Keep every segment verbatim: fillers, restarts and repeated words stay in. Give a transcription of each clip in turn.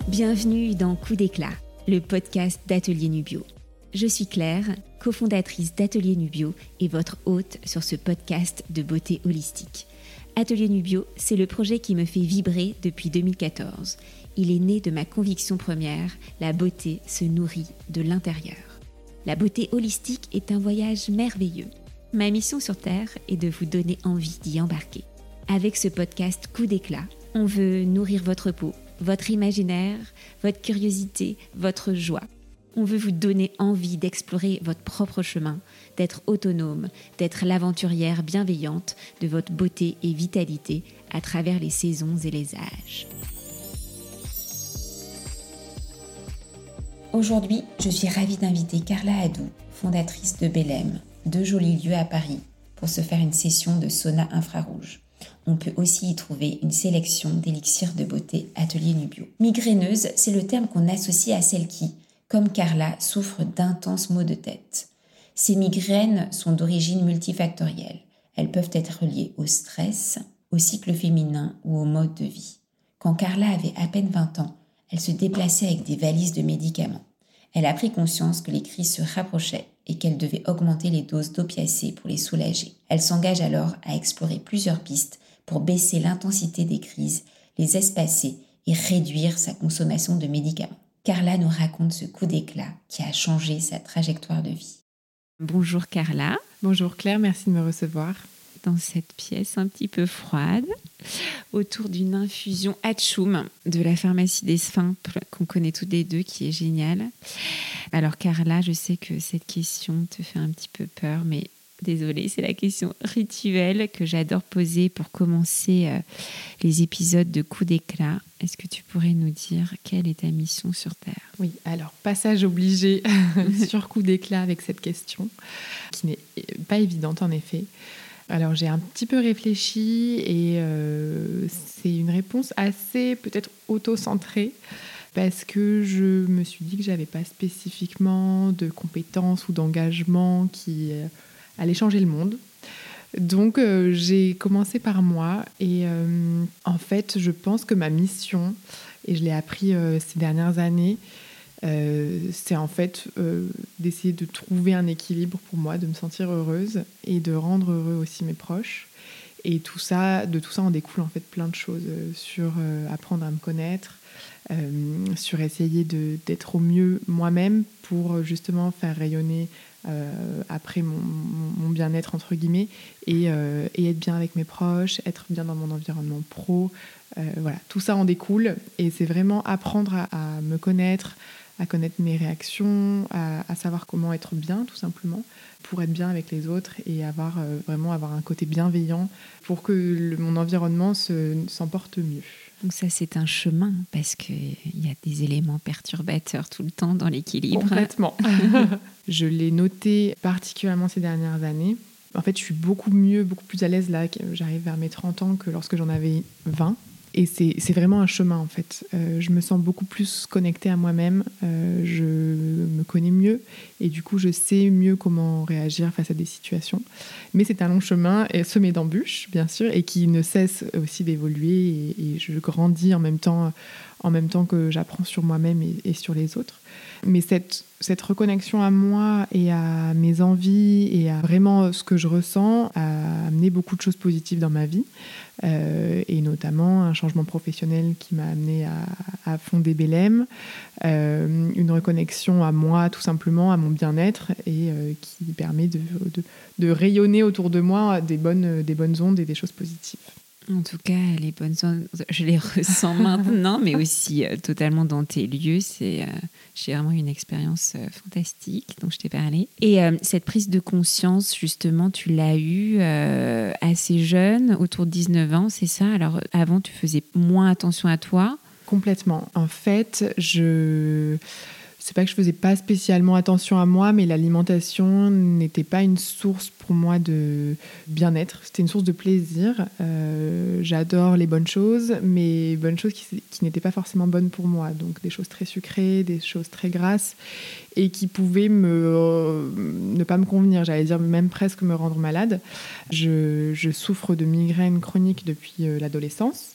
Bienvenue dans Coup d'éclat, le podcast d'Atelier Nubio. Je suis Claire, cofondatrice d'Atelier Nubio et votre hôte sur ce podcast de beauté holistique. Atelier Nubio, c'est le projet qui me fait vibrer depuis deux mille quatorze. Il est né de ma conviction première, la beauté se nourrit de l'intérieur. La beauté holistique est un voyage merveilleux. Ma mission sur Terre est de vous donner envie d'y embarquer. Avec ce podcast Coup d'éclat, on veut nourrir votre peau, votre imaginaire, votre curiosité, votre joie. On veut vous donner envie d'explorer votre propre chemin, d'être autonome, d'être l'aventurière bienveillante de votre beauté et vitalité à travers les saisons et les âges. Aujourd'hui, je suis ravie d'inviter Carla Hadou, fondatrice de Belém, deux jolis lieux à Paris, pour se faire une session de sauna infrarouge. On peut aussi y trouver une sélection d'élixirs de beauté Atelier Nubio. Migraineuse, c'est le terme qu'on associe à celles qui, comme Carla, souffrent d'intenses maux de tête. Ces migraines sont d'origine multifactorielle. Elles peuvent être liées au stress, au cycle féminin ou au mode de vie. Quand Carla avait à peine vingt ans, elle se déplaçait avec des valises de médicaments. Elle a pris conscience que les crises se rapprochaient et qu'elle devait augmenter les doses d'opiacés pour les soulager. Elle s'engage alors à explorer plusieurs pistes pour baisser l'intensité des crises, les espacer et réduire sa consommation de médicaments. Carla nous raconte ce coup d'éclat qui a changé sa trajectoire de vie. Bonjour Carla. Bonjour Claire, merci de me recevoir. Dans cette pièce un petit peu froide, autour d'une infusion Hatchoum de la pharmacie des Sphinctres qu'on connaît toutes les deux, qui est géniale. Alors Carla, je sais que cette question te fait un petit peu peur, mais désolée, c'est la question rituelle que j'adore poser pour commencer euh, les épisodes de Coup d'éclat. Est-ce que tu pourrais nous dire quelle est ta mission sur Terre ? Oui, alors passage obligé sur Coup d'éclat avec cette question, qui n'est pas évidente en effet. Alors j'ai un petit peu réfléchi et euh, c'est une réponse assez peut-être auto-centrée parce que je me suis dit que j'avais pas spécifiquement de compétences ou d'engagement qui euh, allaient changer le monde. Donc euh, j'ai commencé par moi et euh, en fait je pense que ma mission, et je l'ai appris euh, ces dernières années, Euh, c'est en fait euh, d'essayer de trouver un équilibre pour moi, de me sentir heureuse et de rendre heureux aussi mes proches. Et tout ça, de tout ça en découle en fait plein de choses euh, sur euh, apprendre à me connaître, euh, sur essayer de, d'être au mieux moi-même pour justement faire rayonner euh, après mon, mon bien-être entre guillemets et, euh, et être bien avec mes proches, être bien dans mon environnement pro. Euh, voilà, tout ça en découle et c'est vraiment apprendre à, à me connaître, à connaître mes réactions, à, à savoir comment être bien tout simplement pour être bien avec les autres et avoir euh, vraiment avoir un côté bienveillant pour que le, mon environnement se, s'emporte mieux. Donc ça c'est un chemin parce qu'il y a des éléments perturbateurs tout le temps dans l'équilibre. Complètement. Je l'ai noté particulièrement ces dernières années. En fait je suis beaucoup mieux, beaucoup plus à l'aise là, j'arrive vers mes trente ans que lorsque j'en avais vingt. Et c'est, c'est vraiment un chemin, en fait. Euh, je me sens beaucoup plus connectée à moi-même. Euh, je me connais mieux. Et du coup, je sais mieux comment réagir face à des situations. Mais c'est un long chemin, et semé d'embûches, bien sûr, et qui ne cesse aussi d'évoluer. Et, et je grandis en même temps, en même temps que j'apprends sur moi-même et, et sur les autres. Mais cette, cette reconnexion à moi et à mes envies et à vraiment ce que je ressens a amené beaucoup de choses positives dans ma vie. Euh, et notamment un changement professionnel qui m'a amené à, à fonder Belém, euh, une reconnexion à moi tout simplement, à mon bien-être et euh, qui permet de, de, de rayonner autour de moi des bonnes, des bonnes ondes et des choses positives. En tout cas, les bonnes ondes, je les ressens maintenant, mais aussi euh, totalement dans tes lieux. C'est, euh, j'ai vraiment une expérience euh, fantastique dont je t'ai parlé. Et euh, cette prise de conscience, justement, tu l'as eue euh, assez jeune, autour de dix-neuf ans, c'est ça ? Alors, avant, tu faisais moins attention à toi ? Complètement. En fait, je... c'est pas que je faisais pas spécialement attention à moi, mais l'alimentation n'était pas une source pour moi de bien-être. C'était une source de plaisir. Euh, j'adore les bonnes choses, mais bonnes choses qui, qui n'étaient pas forcément bonnes pour moi. Donc des choses très sucrées, des choses très grasses, et qui pouvaient me, euh, ne pas me convenir. J'allais dire même presque me rendre malade. Je, je souffre de migraines chroniques depuis euh, l'adolescence.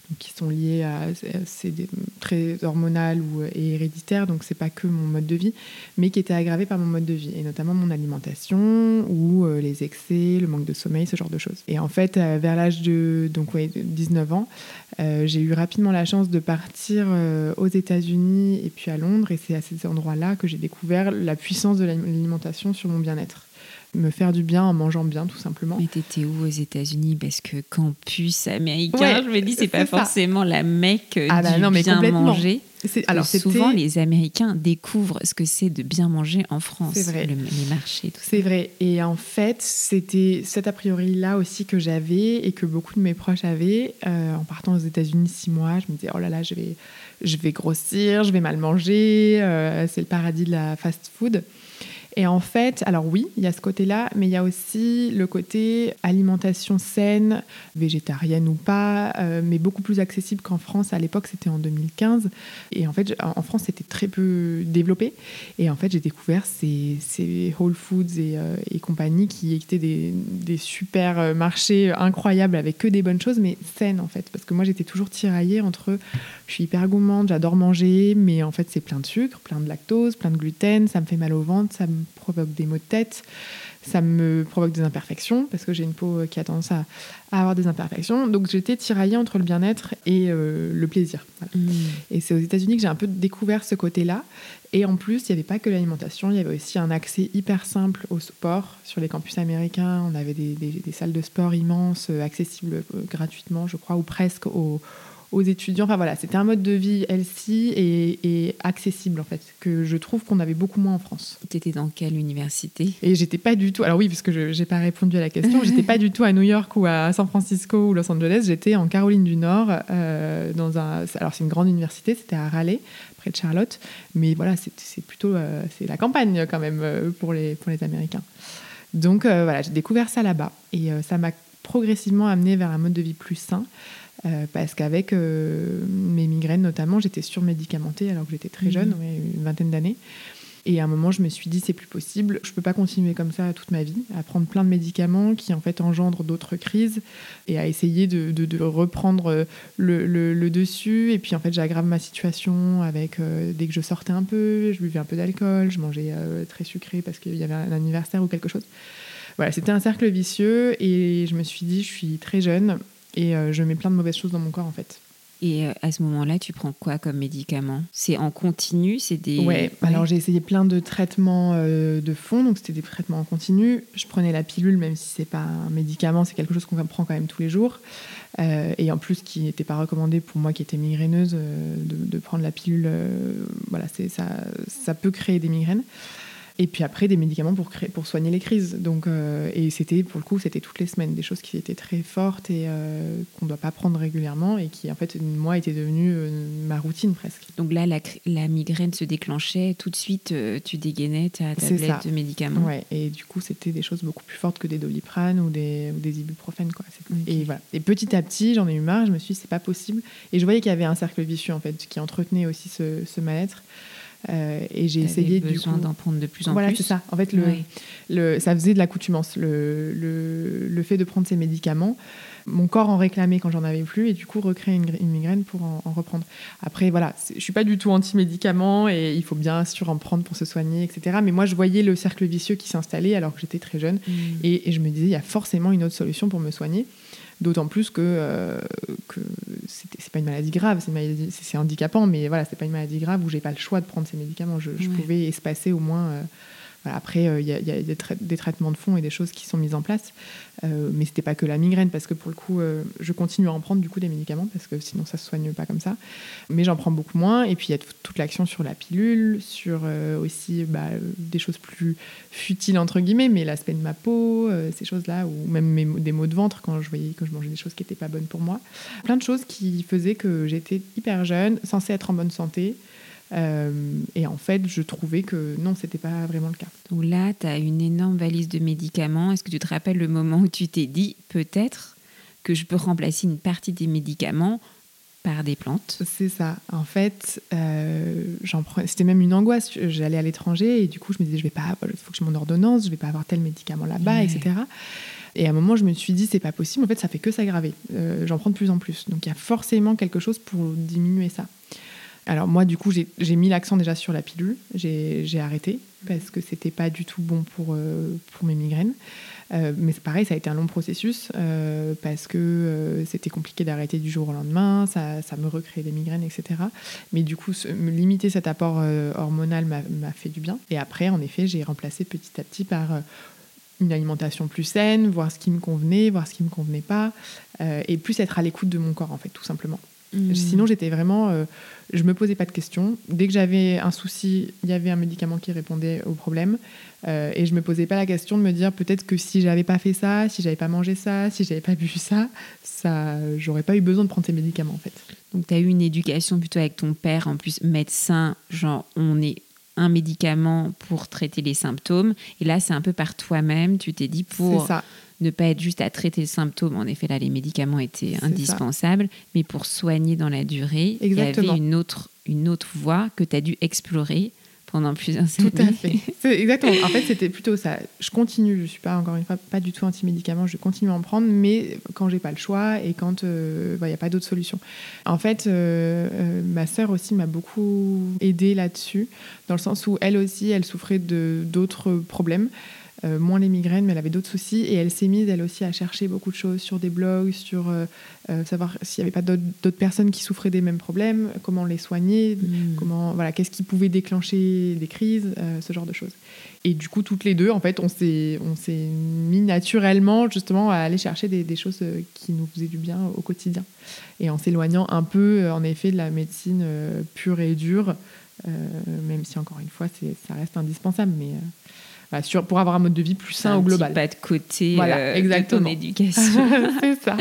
donc qui sont liées à, c'est des, très hormonales ou, et héréditaires, donc c'est pas que mon mode de vie, mais qui étaient aggravées par mon mode de vie, et notamment mon alimentation ou euh, les excès, le manque de sommeil, ce genre de choses. Et en fait, euh, vers l'âge de, donc, ouais, de dix-neuf ans, euh, j'ai eu rapidement la chance de partir euh, aux États-Unis et puis à Londres, et c'est à ces endroits-là que j'ai découvert la puissance de l'alimentation sur mon bien-être. Me faire du bien en mangeant bien, tout simplement. Mais t'étais où aux États-Unis? Parce que campus américain, ouais, je me dis, c'est, c'est pas ça. forcément la mecque ah bah du non, mais bien manger. C'est, alors, c'était... Souvent, les Américains découvrent ce que c'est de bien manger en France. C'est vrai. Le, les marchés, tout c'est ça. vrai. Et en fait, c'était cet a priori-là aussi que j'avais et que beaucoup de mes proches avaient. Euh, en partant aux États-Unis six mois, je me disais, oh là là, je vais, je vais grossir, je vais mal manger. Euh, c'est le paradis de la fast-food. Et en fait, alors oui, il y a ce côté-là, mais il y a aussi le côté alimentation saine, végétarienne ou pas, euh, mais beaucoup plus accessible qu'en France. À l'époque, c'était en deux mille quinze. Et en fait, en France, c'était très peu développé. Et en fait, j'ai découvert ces, ces Whole Foods et, euh, et compagnie qui étaient des, des super marchés incroyables avec que des bonnes choses, mais saines en fait. Parce que moi, j'étais toujours tiraillée entre... Je suis hyper gourmande, j'adore manger, mais en fait, c'est plein de sucre, plein de lactose, plein de gluten, ça me fait mal au ventre, ça me provoque des maux de tête, ça me provoque des imperfections, parce que j'ai une peau qui a tendance à, à avoir des imperfections. Donc, j'étais tiraillée entre le bien-être et euh, le plaisir. Voilà. Mmh. Et c'est aux États-Unis que j'ai un peu découvert ce côté-là. Et en plus, il n'y avait pas que l'alimentation, il y avait aussi un accès hyper simple au sport. Sur les campus américains, on avait des, des, des salles de sport immenses, accessibles gratuitement, je crois, ou presque aux aux étudiants. Enfin voilà, c'était un mode de vie healthy et, et accessible en fait, que je trouve qu'on avait beaucoup moins en France. Tu étais dans quelle université? Et j'étais pas du tout, alors oui, parce que je n'ai pas répondu à la question, j'étais pas du tout à New York ou à San Francisco ou Los Angeles, j'étais en Caroline du Nord, euh, dans un, alors c'est une grande université, c'était à Raleigh, près de Charlotte, mais voilà, c'est, c'est plutôt euh, c'est la campagne quand même euh, pour, les, pour les Américains. Donc euh, voilà, j'ai découvert ça là-bas et euh, ça m'a progressivement amené vers un mode de vie plus sain. Euh, parce qu'avec euh, mes migraines notamment, j'étais surmédicamentée alors que j'étais très jeune, mmh. ouais, une vingtaine d'années. Et à un moment, je me suis dit, c'est plus possible. Je ne peux pas continuer comme ça toute ma vie, à prendre plein de médicaments qui en fait engendrent d'autres crises et à essayer de, de, de reprendre le, le, le dessus. Et puis en fait, j'aggrave ma situation avec euh, dès que je sortais un peu, je buvais un peu d'alcool, je mangeais euh, très sucré parce qu'il y avait un anniversaire ou quelque chose. Voilà, c'était un cercle vicieux et je me suis dit, je suis très jeune. Et euh, je mets plein de mauvaises choses dans mon corps, en fait. Et euh, à ce moment-là, tu prends quoi comme médicament? C'est en continu? C'est des... Ouais, ouais, alors j'ai essayé plein de traitements euh, de fond, donc c'était des traitements en continu. Je prenais la pilule, même si c'est pas un médicament, c'est quelque chose qu'on prend quand même tous les jours. Euh, et en plus, qui n'était pas recommandé pour moi qui étais migraineuse, euh, de, de prendre la pilule. Euh, voilà, c'est, ça, ça peut créer des migraines. Et puis après, des médicaments pour, créer, pour soigner les crises. Donc, euh, et c'était, pour le coup, c'était toutes les semaines, des choses qui étaient très fortes et euh, qu'on ne doit pas prendre régulièrement et qui, en fait, moi, étaient devenues euh, ma routine presque. Donc là, la, la migraine se déclenchait, tout de suite, euh, tu dégainais ta tablette de médicaments. Ouais, et du coup, c'était des choses beaucoup plus fortes que des Doliprane ou des, ou des ibuprofènes, quoi. Okay. Et, voilà. Et petit à petit, j'en ai eu marre, je me suis dit, c'est pas possible. Et je voyais qu'il y avait un cercle vicieux, en fait, qui entretenait aussi ce, ce mal-être. Euh, et j'ai T'avais essayé besoin du coup d'en prendre de plus en voilà, plus. Voilà, c'est ça. En fait, le, ouais. le, ça faisait de l'accoutumance. Le, le, le fait de prendre ces médicaments, mon corps en réclamait quand j'en avais plus et du coup recréer une, une migraine pour en, en reprendre. Après, voilà, je suis pas du tout anti-médicaments et il faut bien sûr en prendre pour se soigner, et cetera. Mais moi, je voyais le cercle vicieux qui s'installait alors que j'étais très jeune mmh. et, et je me disais, il y a forcément une autre solution pour me soigner. D'autant plus que, euh, que c'était, c'est pas une maladie grave, c'est, une maladie, c'est, c'est handicapant, mais voilà, c'est pas une maladie grave où j'ai pas le choix de prendre ces médicaments. Je, je ouais. pouvais espacer au moins. Euh, voilà, après, il euh, y, y a des, tra- des traitements de fond et des choses qui sont mises en place, euh, mais c'était pas que la migraine parce que pour le coup, euh, je continue à en prendre du coup des médicaments parce que sinon ça se soigne pas comme ça. Mais j'en prends beaucoup moins. Et puis il y a t- toute l'action sur la pilule, sur euh, aussi bah, des choses plus futiles entre guillemets, mais l'aspect de ma peau, euh, ces choses-là, ou même mes, des maux de ventre quand je voyais que je mangeais des choses qui étaient pas bonnes pour moi. Plein de choses qui faisaient que j'étais hyper jeune, censée être en bonne santé. Euh, et en fait, je trouvais que non, c'était pas vraiment le cas. Donc là, tu as une énorme valise de médicaments. Est-ce que tu te rappelles le moment où tu t'es dit peut-être que je peux remplacer une partie des médicaments par des plantes? C'est ça. En fait, euh, j'en pre... c'était même une angoisse. J'allais à l'étranger et du coup, je me disais, je vais pas, il faut que j'ai mon ordonnance, je vais pas avoir tel médicament là-bas, ouais. et cetera. Et à un moment, je me suis dit, c'est pas possible, en fait, ça fait que s'aggraver. Euh, j'en prends de plus en plus. Donc, il y a forcément quelque chose pour diminuer ça. Alors, moi, du coup, j'ai, j'ai mis l'accent déjà sur la pilule. J'ai, j'ai arrêté parce que c'était pas du tout bon pour, euh, pour mes migraines. Euh, mais c'est pareil, ça a été un long processus euh, parce que euh, c'était compliqué d'arrêter du jour au lendemain, ça, ça me recréait des migraines, et cetera. Mais du coup, ce, me limiter cet apport euh, hormonal m'a, m'a fait du bien. Et après, en effet, j'ai remplacé petit à petit par euh, une alimentation plus saine, voir ce qui me convenait, voir ce qui me convenait pas, euh, et plus être à l'écoute de mon corps, en fait, tout simplement. Mmh. Sinon, j'étais vraiment... Euh, je me posais pas de questions. Dès que j'avais un souci, il y avait un médicament qui répondait au problème. Euh, et je me posais pas la question de me dire peut-être que si j'avais pas fait ça, si j'avais pas mangé ça, si j'avais pas bu ça, ça, j'aurais pas eu besoin de prendre ces médicaments, en fait. Donc, tu as eu une éducation plutôt avec ton père, en plus médecin, genre on est un médicament pour traiter les symptômes. Et là, c'est un peu par toi-même. Tu t'es dit pour... C'est ça. Ne pas être juste à traiter le symptôme. En effet, là, les médicaments étaient c'est indispensables, ça. Mais pour soigner dans la durée, exactement. Il y avait une autre, une autre voie que tu as dû explorer pendant plusieurs années. Tout à fait. C'est exactement. En fait, c'était plutôt ça. Je continue. Je ne suis pas, encore une fois, pas du tout anti-médicaments. Je continue à en prendre, mais quand je n'ai pas le choix et quand il euh, n'y a pas d'autre solution. En fait, euh, euh, ma sœur aussi m'a beaucoup aidée là-dessus, dans le sens où elle aussi, elle souffrait de, d'autres problèmes. Euh, moins les migraines, mais elle avait d'autres soucis et elle s'est mise elle aussi à chercher beaucoup de choses sur des blogs, sur euh, euh, savoir s'il n'y avait pas d'autres, d'autres personnes qui souffraient des mêmes problèmes, comment les soigner, mmh. comment, voilà, qu'est-ce qui pouvait déclencher des crises, euh, ce genre de choses. Et du coup, toutes les deux, en fait, on s'est, on s'est mis naturellement justement à aller chercher des, des choses qui nous faisaient du bien au quotidien. Et en s'éloignant un peu, en effet, de la médecine euh, pure et dure, euh, même si, encore une fois, c'est, ça reste indispensable, mais... Euh, Bah, sur, pour avoir un mode de vie plus sain un au global. Pas de côté voilà, euh, exactement. de ton éducation. C'est ça.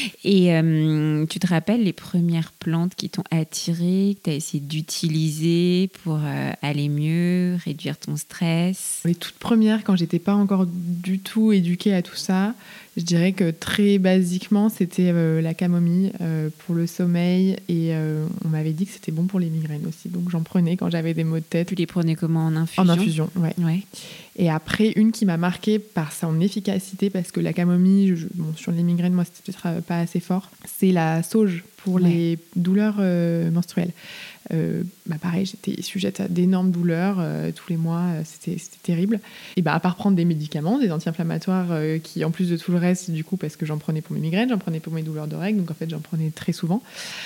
Et euh, tu te rappelles les premières plantes qui t'ont attirée, que tu as essayé d'utiliser pour euh, aller mieux, réduire ton stress? Les toutes premières, quand j'étais pas encore du tout éduquée à tout ça, je dirais que très basiquement, c'était euh, la camomille euh, pour le sommeil et euh, on m'avait dit que c'était bon pour les migraines aussi. Donc j'en prenais quand j'avais des maux de tête. Tu les prenais comment, en infusion? En infusion, ouais. ouais. Et après, une qui m'a marquée par son efficacité, parce que la camomille, je, bon, sur les migraines, moi, c'était peut-être pas assez fort, c'est la sauge pour ouais. les douleurs euh, menstruelles. Euh, bah pareil, j'étais sujette à d'énormes douleurs euh, tous les mois, euh, c'était, c'était terrible. Et bah, à part prendre des médicaments, des anti-inflammatoires euh, qui, en plus de tout le reste, du coup, parce que j'en prenais pour mes migraines, j'en prenais pour mes douleurs de règles, donc en fait, j'en prenais très souvent.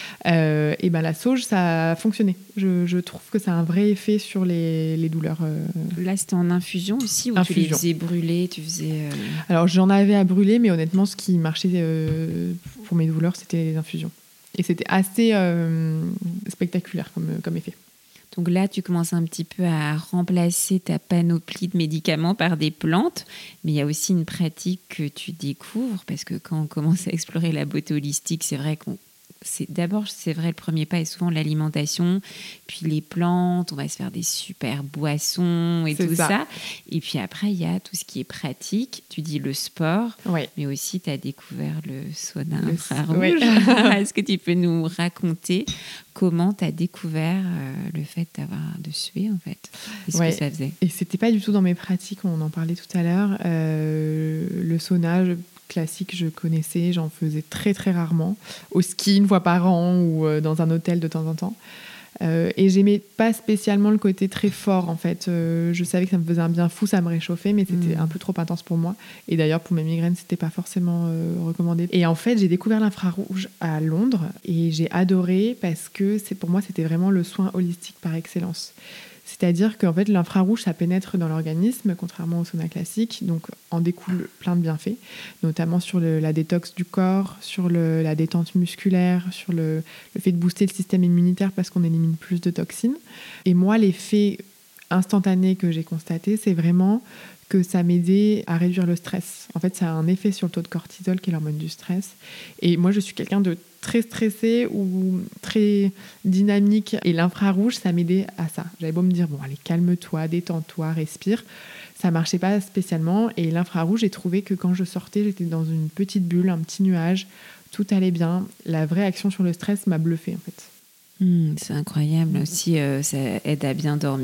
Euh, et bah, la sauge, ça a fonctionné. Je, je trouve que ça a un vrai effet sur les, les douleurs. Euh... Là, c'était en infusion aussi, ou infusion. Tu les faisais brûler, tu faisais... Euh... Alors, j'en avais à brûler, mais honnêtement, ce qui marchait euh, pour mes douleurs, c'était les infusions. Et c'était assez euh, spectaculaire comme, comme effet. Donc là, tu commences un petit peu à remplacer ta panoplie de médicaments par des plantes. Mais il y a aussi une pratique que tu découvres, parce que quand on commence à explorer la beauté holistique, c'est vrai qu'on... C'est, d'abord, c'est vrai, le premier pas est souvent l'alimentation, puis les plantes, on va se faire des super boissons et c'est tout ça. ça. Et puis après, il y a tout ce qui est pratique. Tu dis le sport, ouais. mais aussi tu as découvert le sauna le infrarouge. Ouais. Est-ce que tu peux nous raconter comment tu as découvert euh, le fait d'avoir de suer, en fait? Qu'est-ce ouais. que ça faisait? Et c'était pas du tout dans mes pratiques, on en parlait tout à l'heure. Euh, le sauna, je... classique, je connaissais, j'en faisais très très rarement, au ski une fois par an ou euh, dans un hôtel de temps en temps. Euh, et j'aimais pas spécialement le côté très fort en fait. Euh, je savais que ça me faisait un bien fou, ça me réchauffait, mais c'était mmh. un peu trop intense pour moi. Et d'ailleurs pour mes migraines, c'était pas forcément euh, recommandé. Et en fait, j'ai découvert l'infrarouge à Londres et j'ai adoré parce que c'est, pour moi, c'était vraiment le soin holistique par excellence. C'est-à-dire qu'en fait, l'infrarouge, ça pénètre dans l'organisme, contrairement au sauna classique, donc en découle plein de bienfaits, notamment sur le, la détox du corps, sur le, la détente musculaire, sur le, le fait de booster le système immunitaire parce qu'on élimine plus de toxines. Et moi, l'effet instantané que j'ai constaté, c'est vraiment que ça m'aidait à réduire le stress. En fait, ça a un effet sur le taux de cortisol, qui est l'hormone du stress. Et moi, je suis quelqu'un de très stressé ou très dynamique. Et l'infrarouge, ça m'aidait à ça. J'avais beau me dire, bon, allez, calme-toi, détends-toi, respire. Ça marchait pas spécialement. Et l'infrarouge, j'ai trouvé que quand je sortais, j'étais dans une petite bulle, un petit nuage. Tout allait bien. La vraie action sur le stress m'a bluffée, en fait. Mmh, c'est incroyable. Mmh. Aussi, euh, ça aide à bien dormir.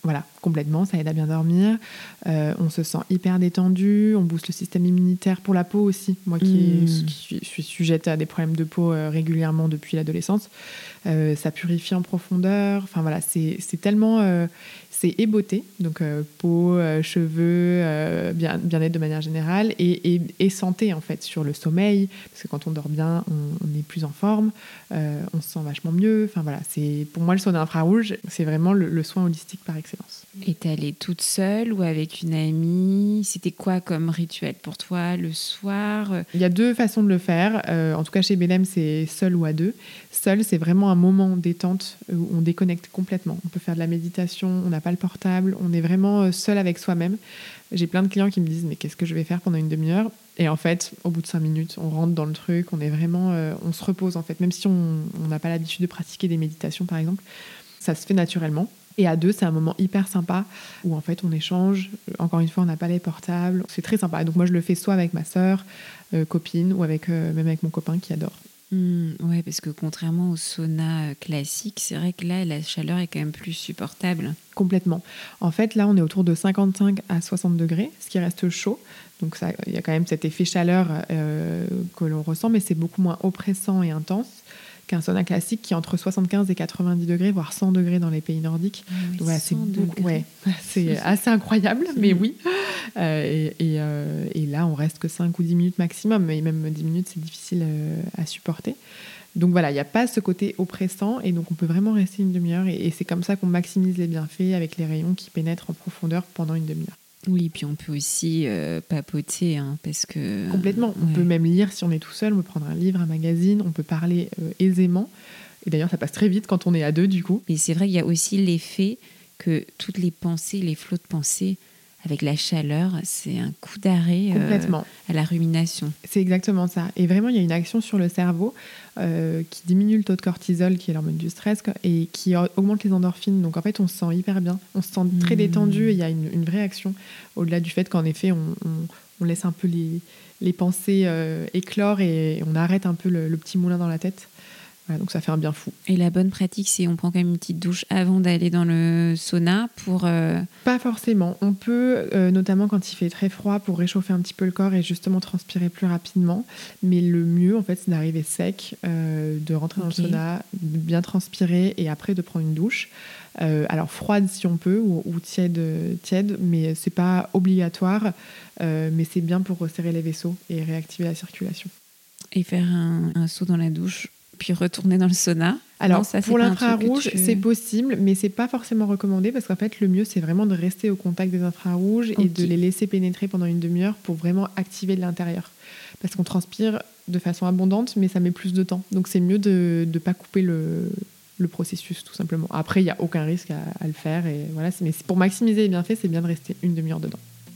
Voilà, complètement, ça aide à bien dormir. Euh, on se sent hyper détendu, on booste le système immunitaire pour la peau aussi. Moi qui, Mmh. est, qui suis, suis sujette à des problèmes de peau euh, régulièrement depuis l'adolescence, euh, ça purifie en profondeur. Enfin voilà, c'est, c'est tellement... Euh, c'est et beauté, donc euh, peau, euh, cheveux, euh, bien, bien-être de manière générale, et, et, et santé en fait, sur le sommeil, parce que quand on dort bien, on, on est plus en forme, euh, on se sent vachement mieux. Enfin voilà, c'est, pour moi le sauna infrarouge, c'est vraiment le, le soin holistique par excellence. Et t'es allée toute seule ou avec une amie? C'était quoi comme rituel pour toi le soir? Il y a deux façons de le faire. Euh, en tout cas, chez Belém, c'est seul ou à deux. Seul, c'est vraiment un moment détente où on déconnecte complètement. On peut faire de la méditation, on n'a pas le portable, on est vraiment seul avec soi-même. J'ai plein de clients qui me disent « mais qu'est-ce que je vais faire pendant une demi-heure ?» Et en fait, au bout de cinq minutes, on rentre dans le truc, on est vraiment... Euh, on se repose en fait. Même si on n'a pas l'habitude de pratiquer des méditations, par exemple, ça se fait naturellement. Et à deux, c'est un moment hyper sympa où en fait on échange. Encore une fois, on n'a pas les portables. C'est très sympa. Et donc moi, je le fais soit avec ma sœur, euh, copine, ou avec, euh, même avec mon copain qui adore. Mmh, ouais, parce que contrairement au sauna classique, c'est vrai que là, la chaleur est quand même plus supportable. Complètement. En fait, là, on est autour de cinquante-cinq à soixante degrés, ce qui reste chaud. Donc il y a quand même cet effet chaleur euh, que l'on ressent, mais c'est beaucoup moins oppressant et intense qu'un sauna classique qui est entre soixante-quinze et quatre-vingt-dix degrés, voire cent degrés dans les pays nordiques. Ah oui, Donc, voilà, c'est, degrés. ouais, c'est assez incroyable, mais oui. Euh, et, et, euh, et là, on reste que cinq ou dix minutes maximum, et même dix minutes, c'est difficile euh, à supporter. Donc voilà, il n'y a pas ce côté oppressant, et donc on peut vraiment rester une demi-heure, et, et c'est comme ça qu'on maximise les bienfaits avec les rayons qui pénètrent en profondeur pendant une demi-heure. Oui, puis on peut aussi euh, papoter, hein, parce que... Complètement. On ouais. peut même lire si on est tout seul, on peut prendre un livre, un magazine, on peut parler euh, aisément. Et d'ailleurs, ça passe très vite quand on est à deux, du coup. Et c'est vrai qu'il y a aussi l'effet que toutes les pensées, les flots de pensées, avec la chaleur, c'est un coup d'arrêt Complètement. Euh, à la rumination. C'est exactement ça. Et vraiment, il y a une action sur le cerveau euh, qui diminue le taux de cortisol, qui est l'hormone du stress, et qui augmente les endorphines. Donc en fait, on se sent hyper bien. On se sent très détendu, et il y a une, une vraie action, au-delà du fait qu'en effet, on, on, on laisse un peu les, les pensées euh, éclore, et on arrête un peu le, le petit moulin dans la tête. Voilà, donc ça fait un bien fou. Et la bonne pratique, c'est on prend quand même une petite douche avant d'aller dans le sauna pour... Euh... Pas forcément. On peut, euh, notamment quand il fait très froid, pour réchauffer un petit peu le corps et justement transpirer plus rapidement. Mais le mieux, en fait, c'est d'arriver sec, euh, de rentrer okay. dans le sauna, de bien transpirer et après de prendre une douche. Euh, alors froide si on peut, ou, ou tiède, tiède, mais c'est pas obligatoire. Euh, mais c'est bien pour resserrer les vaisseaux et réactiver la circulation. Et faire un, un saut dans la douche puis retourner dans le sauna. Alors, non, ça, pour l'infrarouge, tu... c'est possible, mais c'est pas forcément recommandé parce qu'en fait, le mieux, c'est vraiment de rester au contact des infrarouges okay. et de les laisser pénétrer pendant une demi-heure pour vraiment activer de l'intérieur. Parce qu'on transpire de façon abondante, mais ça met plus de temps. Donc, c'est mieux de ne pas couper le, le processus, tout simplement. Après, il n'y a aucun risque à, à le faire. Et voilà, mais pour maximiser les bienfaits, c'est bien de rester une demi-heure dedans.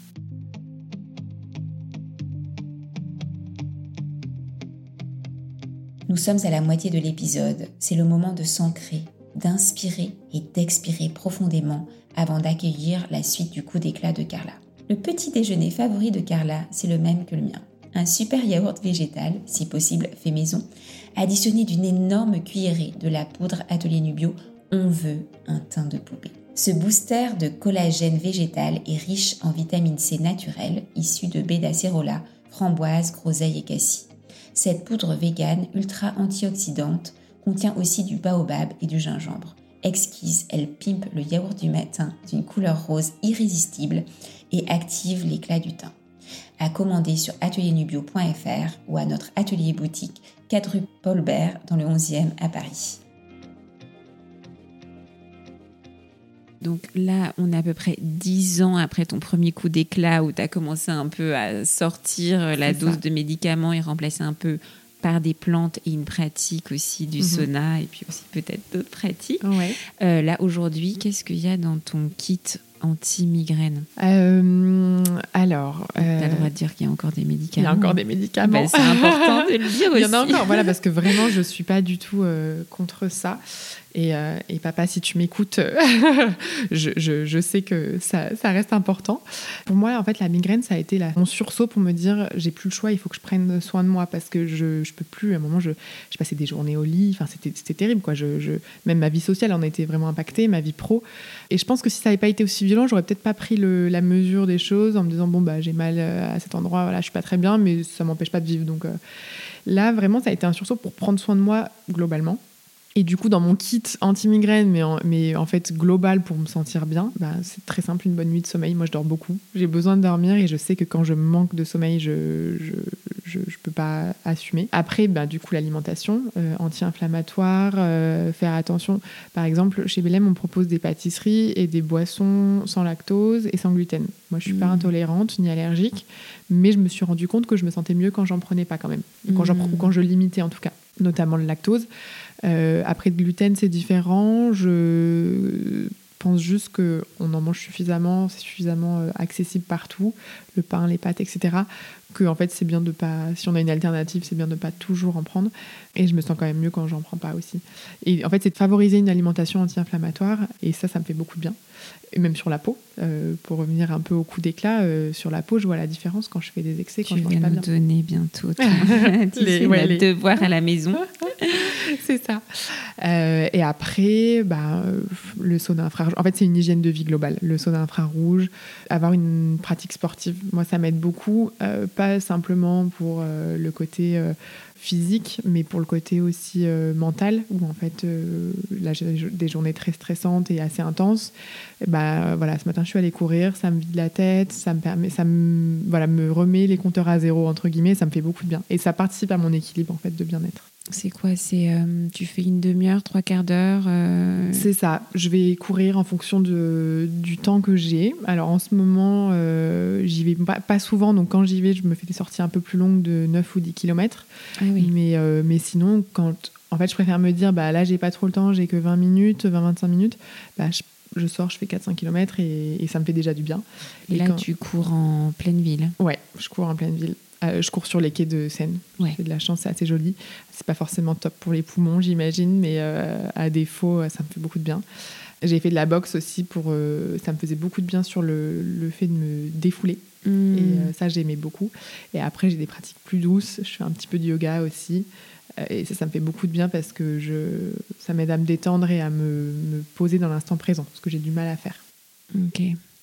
Nous sommes à la moitié de l'épisode. C'est le moment de s'ancrer, d'inspirer et d'expirer profondément avant d'accueillir la suite du coup d'éclat de Carla. Le petit déjeuner favori de Carla, c'est le même que le mien. Un super yaourt végétal, si possible fait maison, additionné d'une énorme cuillerée de la poudre Atelier Nubio. On veut un teint de poupée. Ce booster de collagène végétal est riche en vitamine C naturelle, issue de baies d'acérola, framboise, groseille et cassis. Cette poudre végane ultra antioxydante contient aussi du baobab et du gingembre. Exquise, elle pimpe le yaourt du matin d'une couleur rose irrésistible et active l'éclat du teint. À commander sur atelier nubio point f r ou à notre atelier boutique quatre rue Paul Bert dans le onzième à Paris. Donc là, on est à peu près dix ans après ton premier coup d'éclat où tu as commencé un peu à sortir la C'est dose ça. de médicaments et remplacer un peu par des plantes et une pratique aussi du mmh. sauna et puis aussi peut-être d'autres pratiques. Ouais. Euh, là, aujourd'hui, qu'est-ce qu'il y a dans ton kit anti-migraine? euh, Alors... Euh, tu as le droit de dire qu'il y a encore des médicaments. Il y a encore des médicaments. Ben, c'est important de le dire aussi. Il y en a encore, voilà, parce que vraiment, je ne suis pas du tout euh, contre ça. Et, euh, et papa, si tu m'écoutes, je, je, je sais que ça, ça reste important. Pour moi, en fait, la migraine, ça a été la, mon sursaut pour me dire, j'ai plus le choix, il faut que je prenne soin de moi parce que je je peux plus. À un moment, je, je passais des journées au lit. Enfin, c'était, c'était terrible, quoi. Je, je, même ma vie sociale en a été vraiment impactée, ma vie pro. Et je pense que si ça n'avait pas été aussi violent, j'aurais peut-être pas pris le, la mesure des choses en me disant, bon, bah, j'ai mal à cet endroit, voilà, je suis pas très bien, mais ça m'empêche pas de vivre. Donc euh, là, vraiment, ça a été un sursaut pour prendre soin de moi globalement. Et du coup, dans mon kit anti-migraine, mais en, mais en fait global pour me sentir bien, bah, c'est très simple, une bonne nuit de sommeil. Moi, je dors beaucoup. J'ai besoin de dormir et je sais que quand je manque de sommeil, je je, je, je peux pas assumer. Après, bah, du coup, l'alimentation euh, anti-inflammatoire, euh, faire attention. Par exemple, chez Belém, on propose des pâtisseries et des boissons sans lactose et sans gluten. Moi, je suis mmh. pas intolérante ni allergique, mais je me suis rendu compte que je me sentais mieux quand j'en prenais pas quand même, quand, mmh. j'en, quand je limitais en tout cas, notamment le lactose. Euh, après, le gluten, c'est différent. Je pense juste qu'on en mange suffisamment, c'est suffisamment euh, accessible partout, le pain, les pâtes, et cetera. Que en fait, c'est bien de pas, si on a une alternative, c'est bien de pas toujours en prendre. Et je me sens quand même mieux quand j'en prends pas aussi. Et en fait, c'est de favoriser une alimentation anti-inflammatoire. Et ça, ça me fait beaucoup de bien. Et même sur la peau, euh, pour revenir un peu au coup d'éclat, euh, sur la peau, je vois la différence quand je fais des excès, quand tu je mange pas bien. Tu vas nous donner bientôt ton les, ouais, les... devoir à la maison. C'est ça. Euh, et après, bah, le sauna infrarouge. En fait, c'est une hygiène de vie globale. Le sauna infrarouge, avoir une pratique sportive, moi, ça m'aide beaucoup. Euh, pas simplement pour euh, le côté euh, physique, mais pour le côté aussi euh, mental, où en fait, euh, là, j'ai des journées très stressantes et assez intenses. Et bah, voilà, ce matin, je suis allée courir, ça me vide la tête, ça me permet, ça me, voilà, me remet les compteurs à zéro, entre guillemets, ça me fait beaucoup de bien. Et ça participe à mon équilibre, en fait, de bien-être. C'est quoi? C'est, euh, tu fais une demi-heure, trois quarts d'heure euh... C'est ça. Je vais courir en fonction de, du temps que j'ai. Alors, en ce moment, euh, j'y vais pas, pas souvent. Donc, quand j'y vais, je me fais des sorties un peu plus longues de neuf ou dix kilomètres. Ah oui. Mais, euh, mais sinon, quand, en fait, je préfère me dire, bah, là, j'ai pas trop le temps, j'ai que vingt minutes, vingt à vingt-cinq minutes. Bah, je, je sors, je fais quatre à cinq kilomètres et, et ça me fait déjà du bien. Et, et là, quand... tu cours en pleine ville? Ouais, je cours en pleine ville. Euh, je cours sur les quais de Seine. Ouais. J'ai de la chance, c'est assez joli. C'est pas forcément top pour les poumons, j'imagine, mais euh, à défaut, ça me fait beaucoup de bien. J'ai fait de la boxe aussi, pour, euh, ça me faisait beaucoup de bien sur le, le fait de me défouler. Mmh. Et euh, ça, j'aimais beaucoup. Et après, j'ai des pratiques plus douces. Je fais un petit peu de yoga aussi. Euh, et ça, ça me fait beaucoup de bien parce que je, ça m'aide à me détendre et à me, me poser dans l'instant présent, ce que j'ai du mal à faire. Ok.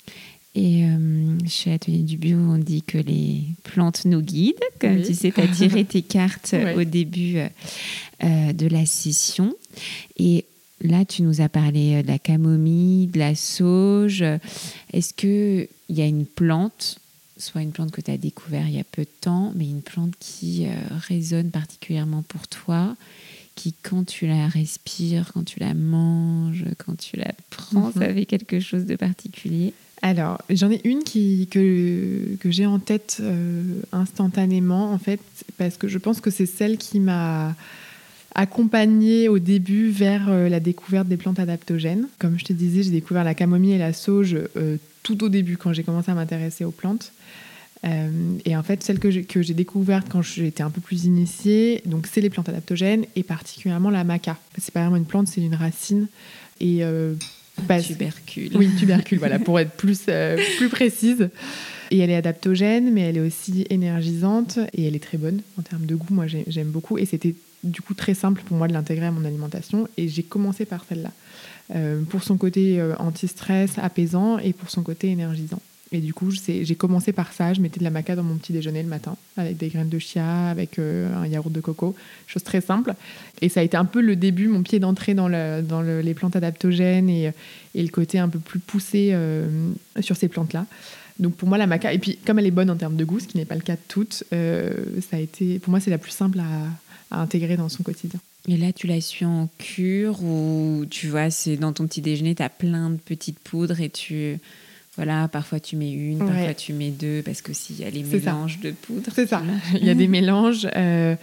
Et euh, chez Atelier du Bio, on dit que les plantes nous guident. Comme oui. tu sais, tu as tiré tes cartes ouais. au début euh, de la session. Et là, tu nous as parlé de la camomille, de la sauge. Est-ce qu'il y a une plante, soit une plante que tu as découverte il y a peu de temps, mais une plante qui euh, résonne particulièrement pour toi, qui, quand tu la respires, quand tu la manges, quand tu la prends, mm-hmm. ça fait quelque chose de particulier? Alors, j'en ai une qui, que, que j'ai en tête euh, instantanément, en fait, parce que je pense que c'est celle qui m'a accompagnée au début vers euh, la découverte des plantes adaptogènes. Comme je te disais, j'ai découvert la camomille et la sauge euh, tout au début, quand j'ai commencé à m'intéresser aux plantes. Euh, et en fait, celle que j'ai, que j'ai découverte quand j'étais un peu plus initiée, donc c'est les plantes adaptogènes, et particulièrement la maca. C'est pas vraiment une plante, c'est une racine. Et... Euh, Bah, tubercule. Oui, tubercule, voilà, pour être plus, euh, plus précise. Et elle est adaptogène, mais elle est aussi énergisante et elle est très bonne en termes de goût. Moi, j'ai, j'aime beaucoup. Et c'était du coup très simple pour moi de l'intégrer à mon alimentation. Et j'ai commencé par celle-là, euh, pour son côté euh, anti-stress, apaisant, et pour son côté énergisant. Et du coup, j'ai, j'ai commencé par ça. Je mettais de la maca dans mon petit déjeuner le matin, avec des graines de chia, avec euh, un yaourt de coco, chose très simple. Et ça a été un peu le début, mon pied d'entrée dans, le, dans le, les plantes adaptogènes et, et le côté un peu plus poussé euh, sur ces plantes-là. Donc pour moi, la maca, et puis comme elle est bonne en termes de goût, ce qui n'est pas le cas de toutes, euh, ça a été, pour moi, c'est la plus simple à, à intégrer dans son quotidien. Et là, tu la suis en cure ou tu vois, c'est dans ton petit déjeuner, tu as plein de petites poudres et tu... Voilà, parfois tu mets une, ouais. parfois tu mets deux, parce que s'il y a les c'est mélanges ça. de poudre. C'est ça, il y a des mélanges. Euh,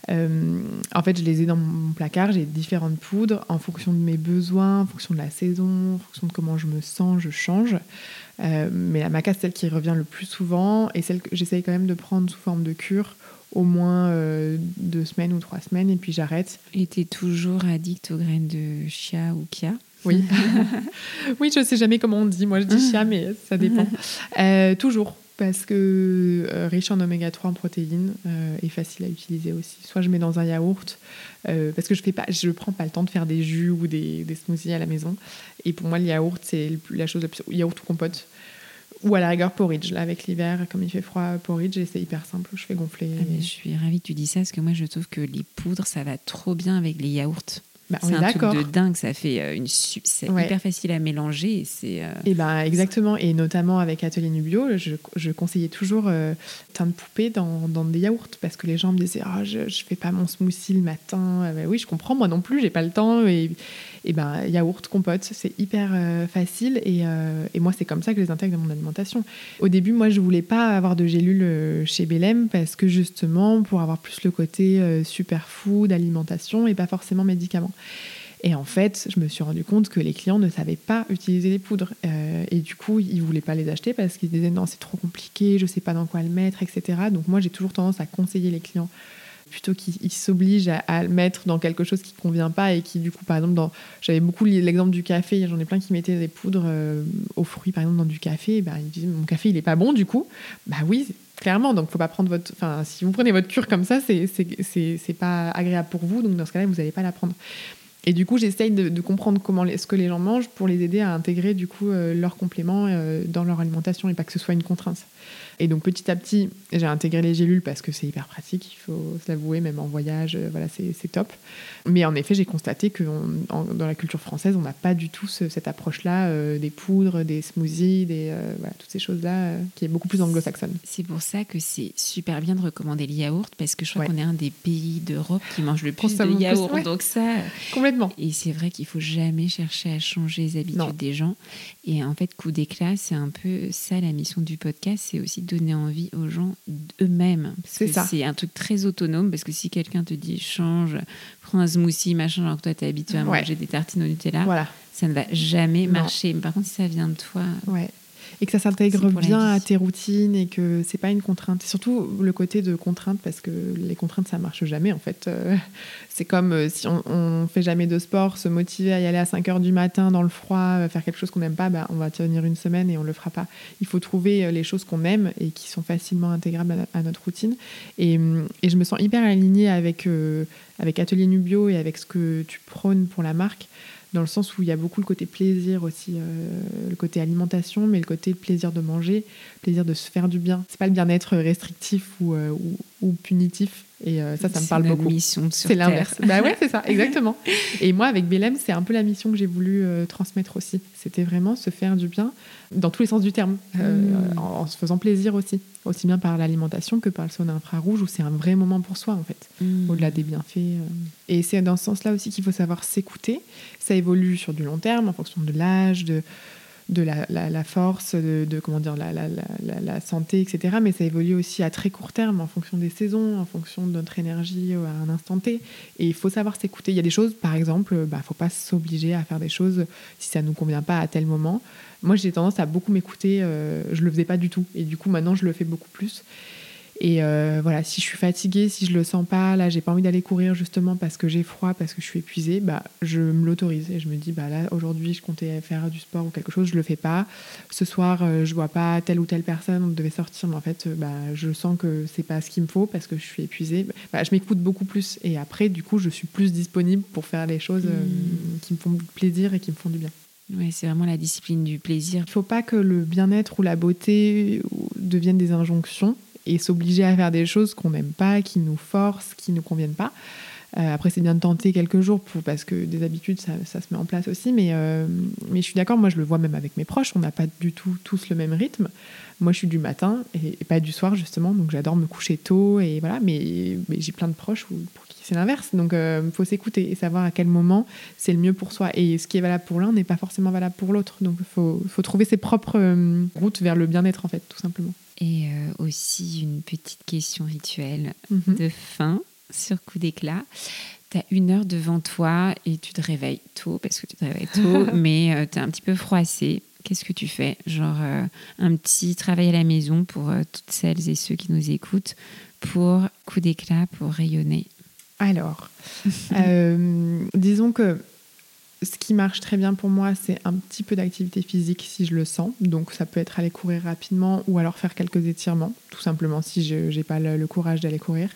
Euh, en fait, je les ai dans mon placard, j'ai différentes poudres en fonction de mes besoins, en fonction de la saison, en fonction de comment je me sens, je change. Euh, mais la maca, c'est celle qui revient le plus souvent et celle que j'essaye quand même de prendre sous forme de cure au moins euh, deux semaines ou trois semaines et puis j'arrête. Et t'es toujours addict aux graines de chia ou kia? Oui. Oui, je sais jamais comment on dit. Moi, je dis chia, mais ça dépend. Euh, toujours, parce que euh, riche en oméga trois en protéines euh, et facile à utiliser aussi. Soit je mets dans un yaourt, euh, parce que je fais pas, je prends pas le temps de faire des jus ou des, des smoothies à la maison. Et pour moi, le yaourt, c'est le plus, la chose la plus... Yaourt ou compote. Ou à la rigueur, porridge. Là, avec l'hiver, comme il fait froid, porridge, et c'est hyper simple. Je fais gonfler. Ah, mais je suis ravie que tu dis ça, parce que moi, je trouve que les poudres, ça va trop bien avec les yaourts. Bah, c'est un d'accord. truc de dingue, ça fait une su- c'est ouais. hyper facile à mélanger. Et, c'est, euh... et ben, exactement, et notamment avec Atelier Nubio, je, je conseillais toujours euh, teint de poupée dans, dans des yaourts, parce que les gens me disaient oh, je ne fais pas mon smoothie le matin. Euh, ben oui, je comprends, moi non plus, j'ai pas le temps. Et, et ben, yaourt, compote, c'est hyper euh, facile, et, euh, et moi, c'est comme ça que je les intègre dans mon alimentation. Au début, moi, je voulais pas avoir de gélules chez Belém, parce que justement, pour avoir plus le côté euh, superfood, alimentation, et pas forcément médicaments. Et en fait, je me suis rendu compte que les clients ne savaient pas utiliser les poudres. Euh, et du coup, ils ne voulaient pas les acheter parce qu'ils disaient « non, c'est trop compliqué, je ne sais pas dans quoi le mettre, et cetera » Donc moi, j'ai toujours tendance à conseiller les clients plutôt qu'ils s'obligent à, à le mettre dans quelque chose qui ne convient pas et qui, du coup, par exemple, dans... j'avais beaucoup l'exemple du café. J'en ai plein qui mettaient des poudres euh, aux fruits, par exemple, dans du café. Et ben, ils disaient « mon café, il n'est pas bon, du coup. » Bah oui, clairement. Donc, faut pas prendre votre... enfin, si vous prenez votre cure comme ça, c'est, c'est, c'est, c'est pas agréable pour vous. Donc, dans ce cas-là, vous n'allez pas la prendre. Et du coup, j'essaye de, de comprendre comment les, ce que les gens mangent pour les aider à intégrer du coup euh, leurs compléments euh, dans leur alimentation et pas que ce soit une contrainte. Et donc petit à petit, j'ai intégré les gélules parce que c'est hyper pratique, il faut se l'avouer, même en voyage, euh, voilà, c'est, c'est top. Mais en effet, j'ai constaté que on, en, dans la culture française, on n'a pas du tout ce, cette approche-là euh, des poudres, des smoothies, des, euh, voilà, toutes ces choses-là euh, qui est beaucoup plus anglo-saxonne. C'est pour ça que c'est super bien de recommander les yaourts parce que je crois ouais. qu'on est un des pays d'Europe qui mange le plus de yaourts. Ouais. Donc ça, complètement. Et c'est vrai qu'il faut jamais chercher à changer les habitudes non. des gens. Et en fait, coup d'éclat, c'est un peu ça la mission du podcast, c'est aussi donner envie aux gens eux-mêmes. Parce c'est que ça. C'est un truc très autonome parce que si quelqu'un te dit change, prends un smoothie, machin, alors que toi t'es habitué à ouais. manger des tartines au Nutella, voilà. ça ne va jamais non. marcher. Mais par contre, si ça vient de toi... Ouais. Et que ça s'intègre bien à tes routines et que c'est pas une contrainte. C'est surtout le côté de contrainte parce que les contraintes ça marche jamais en fait. Euh, c'est comme euh, si on, on fait jamais de sport, se motiver à y aller à cinq heures du matin dans le froid, faire quelque chose qu'on n'aime pas, bah, on va tenir une semaine et on le fera pas. Il faut trouver les choses qu'on aime et qui sont facilement intégrables à, à notre routine. Et, et je me sens hyper alignée avec, euh, avec Atelier Nubio et avec ce que tu prônes pour la marque. Dans le sens où il y a beaucoup le côté plaisir aussi, euh, le côté alimentation, mais le côté plaisir de manger, plaisir de se faire du bien. C'est pas le bien-être restrictif ou, euh, ou, ou punitif. Et euh, ça, ça me c'est parle beaucoup. Mission sur c'est terre. L'inverse. Bah ouais, c'est ça, exactement. Et moi, avec Belém, c'est un peu la mission que j'ai voulu euh, transmettre aussi. C'était vraiment se faire du bien dans tous les sens du terme, euh, mmh. en, en se faisant plaisir aussi, aussi bien par l'alimentation que par le sauna infrarouge, où c'est un vrai moment pour soi en fait, mmh. au-delà des bienfaits. Euh. Et c'est dans ce sens-là aussi qu'il faut savoir s'écouter. Ça évolue sur du long terme, en fonction de l'âge, de de la, la, la force, de, de comment dire, la, la, la, la santé, et cetera. Mais ça évolue aussi à très court terme, en fonction des saisons, en fonction de notre énergie à un instant T. Et il faut savoir s'écouter. Il y a des choses, par exemple, il bah, ne faut pas s'obliger à faire des choses si ça ne nous convient pas à tel moment. Moi, j'ai tendance à beaucoup m'écouter. Euh, je ne le faisais pas du tout. Et du coup, maintenant, je le fais beaucoup plus. Et euh, voilà, si je suis fatiguée, si je le sens pas, là, j'ai pas envie d'aller courir justement parce que j'ai froid, parce que je suis épuisée, bah, je me l'autorise et je me dis, bah là, aujourd'hui, je comptais faire du sport ou quelque chose, je le fais pas. Ce soir, euh, je vois pas telle ou telle personne, on devait sortir, mais en fait, euh, bah, je sens que c'est pas ce qu'il me faut parce que je suis épuisée. Bah, je m'écoute beaucoup plus et après, du coup, je suis plus disponible pour faire les choses euh, mmh. qui me font plaisir et qui me font du bien. Oui, c'est vraiment la discipline du plaisir. Il faut pas que le bien-être ou la beauté deviennent des injonctions et s'obliger à faire des choses qu'on n'aime pas, qui nous forcent, qui ne nous conviennent pas. Euh, après, c'est bien de tenter quelques jours pour, parce que des habitudes, ça, ça se met en place aussi. Mais, euh, mais je suis d'accord, moi, je le vois même avec mes proches. On n'a pas du tout tous le même rythme. Moi, je suis du matin et, et pas du soir, justement. Donc, j'adore me coucher tôt. Et voilà, mais, mais j'ai plein de proches où, pour qui c'est l'inverse. Donc, il euh, faut s'écouter et savoir à quel moment c'est le mieux pour soi. Et ce qui est valable pour l'un n'est pas forcément valable pour l'autre. Donc, il faut, faut trouver ses propres euh, routes vers le bien-être, en fait, tout simplement. Et euh, aussi une petite question rituelle mm-hmm. de fin. sur Coup d'éclat. Tu as une heure devant toi et tu te réveilles tôt, parce que tu te réveilles tôt, mais euh, tu es un petit peu froissé. Qu'est-ce que tu fais? Genre euh, un petit travail à la maison pour euh, toutes celles et ceux qui nous écoutent, pour Coup d'éclat, pour rayonner. Alors, euh, disons que ce qui marche très bien pour moi, c'est un petit peu d'activité physique si je le sens. Donc ça peut être aller courir rapidement ou alors faire quelques étirements, tout simplement si je n'ai pas le, le courage d'aller courir.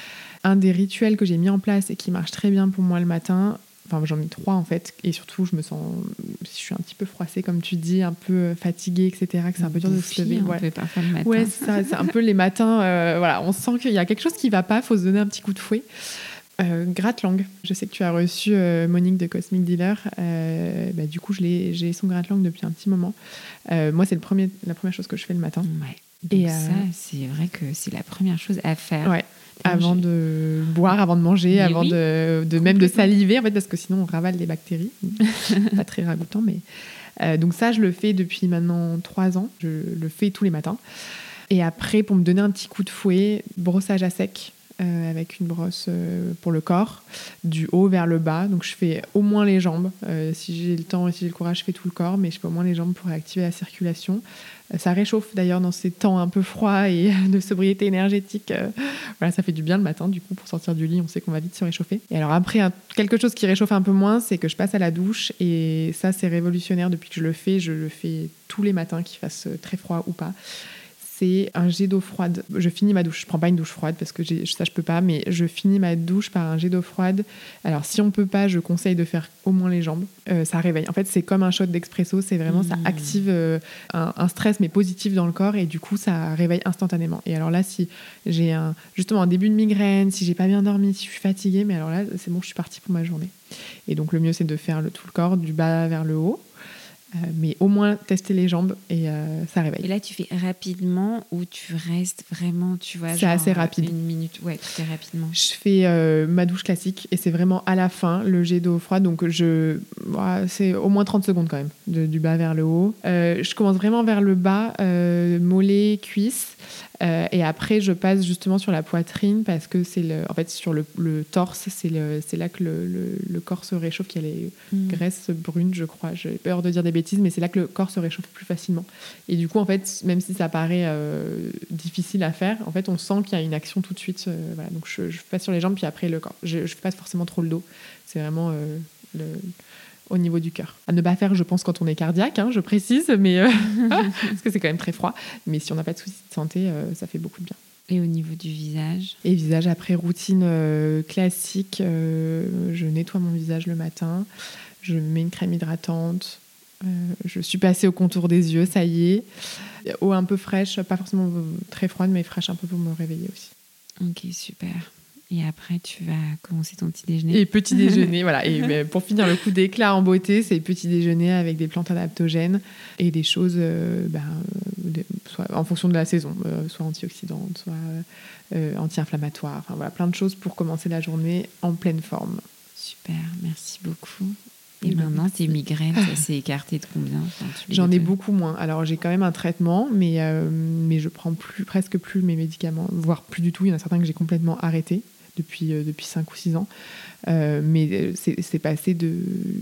Un des rituels que j'ai mis en place et qui marche très bien pour moi le matin, enfin j'en ai trois en fait, et surtout je me sens, je suis un petit peu froissée comme tu dis, un peu fatiguée, et cetera, que c'est un peu dur de se lever. Ouais, parfois le matin. Ouais, c'est ça, c'est un peu les matins, euh, voilà, on sent qu'il y a quelque chose qui ne va pas, il faut se donner un petit coup de fouet. Euh, gratte-langue. Je sais que tu as reçu euh, Monique de Cosmic Dealer. Euh, bah, du coup, je l'ai, j'ai son gratte-langue depuis un petit moment. Euh, moi, c'est le premier, la première chose que je fais le matin. Ouais. Donc et ça, euh... c'est vrai que c'est la première chose à faire. Ouais. Avant de boire, avant de manger, mais avant oui, de, de même de saliver, en fait, parce que sinon on ravale les bactéries. Pas très ragoûtant, mais euh, donc ça, je le fais depuis maintenant trois ans. Je le fais tous les matins. Et après, pour me donner un petit coup de fouet, brossage à sec. Euh, avec une brosse euh, pour le corps, du haut vers le bas. Donc je fais au moins les jambes. Euh, si j'ai le temps et si j'ai le courage, je fais tout le corps, mais je fais au moins les jambes pour activer la circulation. Euh, ça réchauffe d'ailleurs dans ces temps un peu froids et de sobriété énergétique. Euh, voilà, ça fait du bien le matin, du coup, pour sortir du lit, on sait qu'on va vite se réchauffer. Et alors après, un, quelque chose qui réchauffe un peu moins, c'est que je passe à la douche, et ça, c'est révolutionnaire depuis que je le fais. Je le fais tous les matins, qu'il fasse très froid ou pas. C'est un jet d'eau froide. Je finis ma douche. Je prends pas une douche froide parce que j'ai, ça je peux pas, mais je finis ma douche par un jet d'eau froide. Alors si on peut pas, je conseille de faire au moins les jambes. Euh, ça réveille. En fait, c'est comme un shot d'expresso. C'est vraiment mmh. ça active euh, un, un stress mais positif dans le corps, et du coup ça réveille instantanément. Et alors là, si j'ai un, justement un début de migraine, si j'ai pas bien dormi, si je suis fatiguée, mais alors là c'est bon, je suis partie pour ma journée. Et donc le mieux c'est de faire le, tout le corps du bas vers le haut. Euh, mais au moins tester les jambes, et euh, ça réveille. Et là, tu fais rapidement ou tu restes vraiment, tu vois, c'est genre assez rapide. Une minute, ouais, tu fais rapidement. Je fais euh, ma douche classique, et c'est vraiment à la fin le jet d'eau froide, donc je, ouais, c'est au moins trente secondes quand même, de, du bas vers le haut. Euh, je commence vraiment vers le bas, euh, mollets, cuisses. Euh, et après, je passe justement sur la poitrine, parce que c'est le, en fait, sur le, le torse, c'est, le, c'est là que le, le, le corps se réchauffe, qu'il y a les mmh. graisses brunes, je crois. J'ai peur de dire des bêtises, mais c'est là que le corps se réchauffe plus facilement. Et du coup, en fait, même si ça paraît euh, difficile à faire, en fait, on sent qu'il y a une action tout de suite. Euh, voilà. Donc, je, je passe sur les jambes, puis après le corps. Je ne fais pas forcément trop le dos. C'est vraiment euh, le... au niveau du cœur. À ne pas faire, je pense, quand on est cardiaque, hein, je précise, mais euh, parce que c'est quand même très froid. Mais si on n'a pas de soucis de santé, euh, ça fait beaucoup de bien. Et au niveau du visage? Et visage, après, routine euh, classique. Euh, je nettoie mon visage le matin. Je mets une crème hydratante. Euh, je suis passée au contour des yeux, ça y est. Eau un peu fraîche, pas forcément très froide, mais fraîche un peu pour me réveiller aussi. Ok, super. Et après, tu vas commencer ton petit déjeuner. Et petit déjeuner, voilà. Et pour finir le coup d'éclat en beauté, c'est petit déjeuner avec des plantes adaptogènes et des choses euh, ben, des, soit en fonction de la saison, euh, soit antioxydantes, soit euh, anti-inflammatoires. Enfin voilà, plein de choses pour commencer la journée en pleine forme. Super, merci beaucoup. Et, et maintenant, tes migraines, ça s'est écarté de combien? Enfin, J'en ai beaucoup moins. Alors, j'ai quand même un traitement, mais, euh, mais je prends plus, presque plus mes médicaments, voire plus du tout. Il y en a certains que j'ai complètement arrêtés depuis, euh, depuis cinq ou six ans. Euh, mais c'est, c'est passé de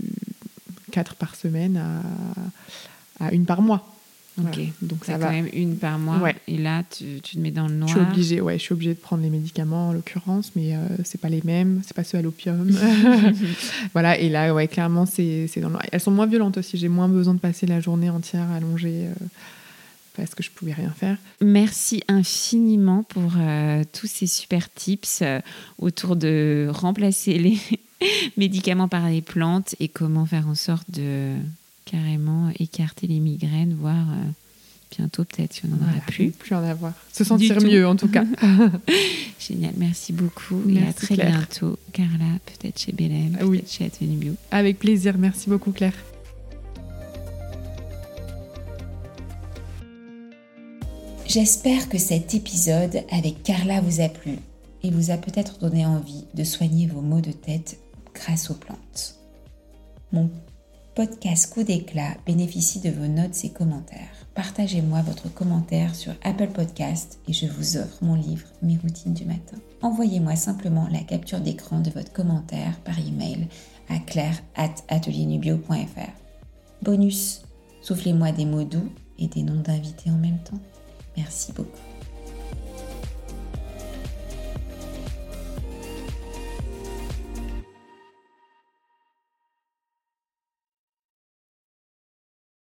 quatre par semaine à, à une par mois. Ok, voilà. Donc ça va. Quand même une par mois, ouais. Et là tu, tu te mets dans le noir. Je suis obligée, ouais, je suis obligée de prendre les médicaments en l'occurrence, mais euh, c'est pas les mêmes, c'est pas ceux à l'opium. Voilà, et là, ouais, clairement, c'est, c'est dans le noir. Elles sont moins violentes aussi, j'ai moins besoin de passer la journée entière allongée euh, parce que je pouvais rien faire. Merci infiniment pour euh, tous ces super tips euh, autour de remplacer les médicaments par les plantes et comment faire en sorte de carrément écarter les migraines, voire euh, bientôt peut-être il n'y en aura voilà, plus. Plus en avoir. Se sentir mieux en tout cas. Génial, merci beaucoup. Merci, et à très Claire. bientôt. Carla, peut-être chez Belém, peut-être oui. chez Atelier Bio. Avec plaisir, merci beaucoup Claire. J'espère que cet épisode avec Carla vous a plu et vous a peut-être donné envie de soigner vos maux de tête grâce aux plantes. Mon podcast Coup d'éclat bénéficie de vos notes et commentaires. partagez-moi votre commentaire sur Apple Podcast et je vous offre mon livre « Mes routines du matin ». Envoyez-moi simplement la capture d'écran de votre commentaire par email à claire arobase atelier nubio point f r. Bonus, soufflez-moi des mots doux et des noms d'invités en même temps. Merci beaucoup.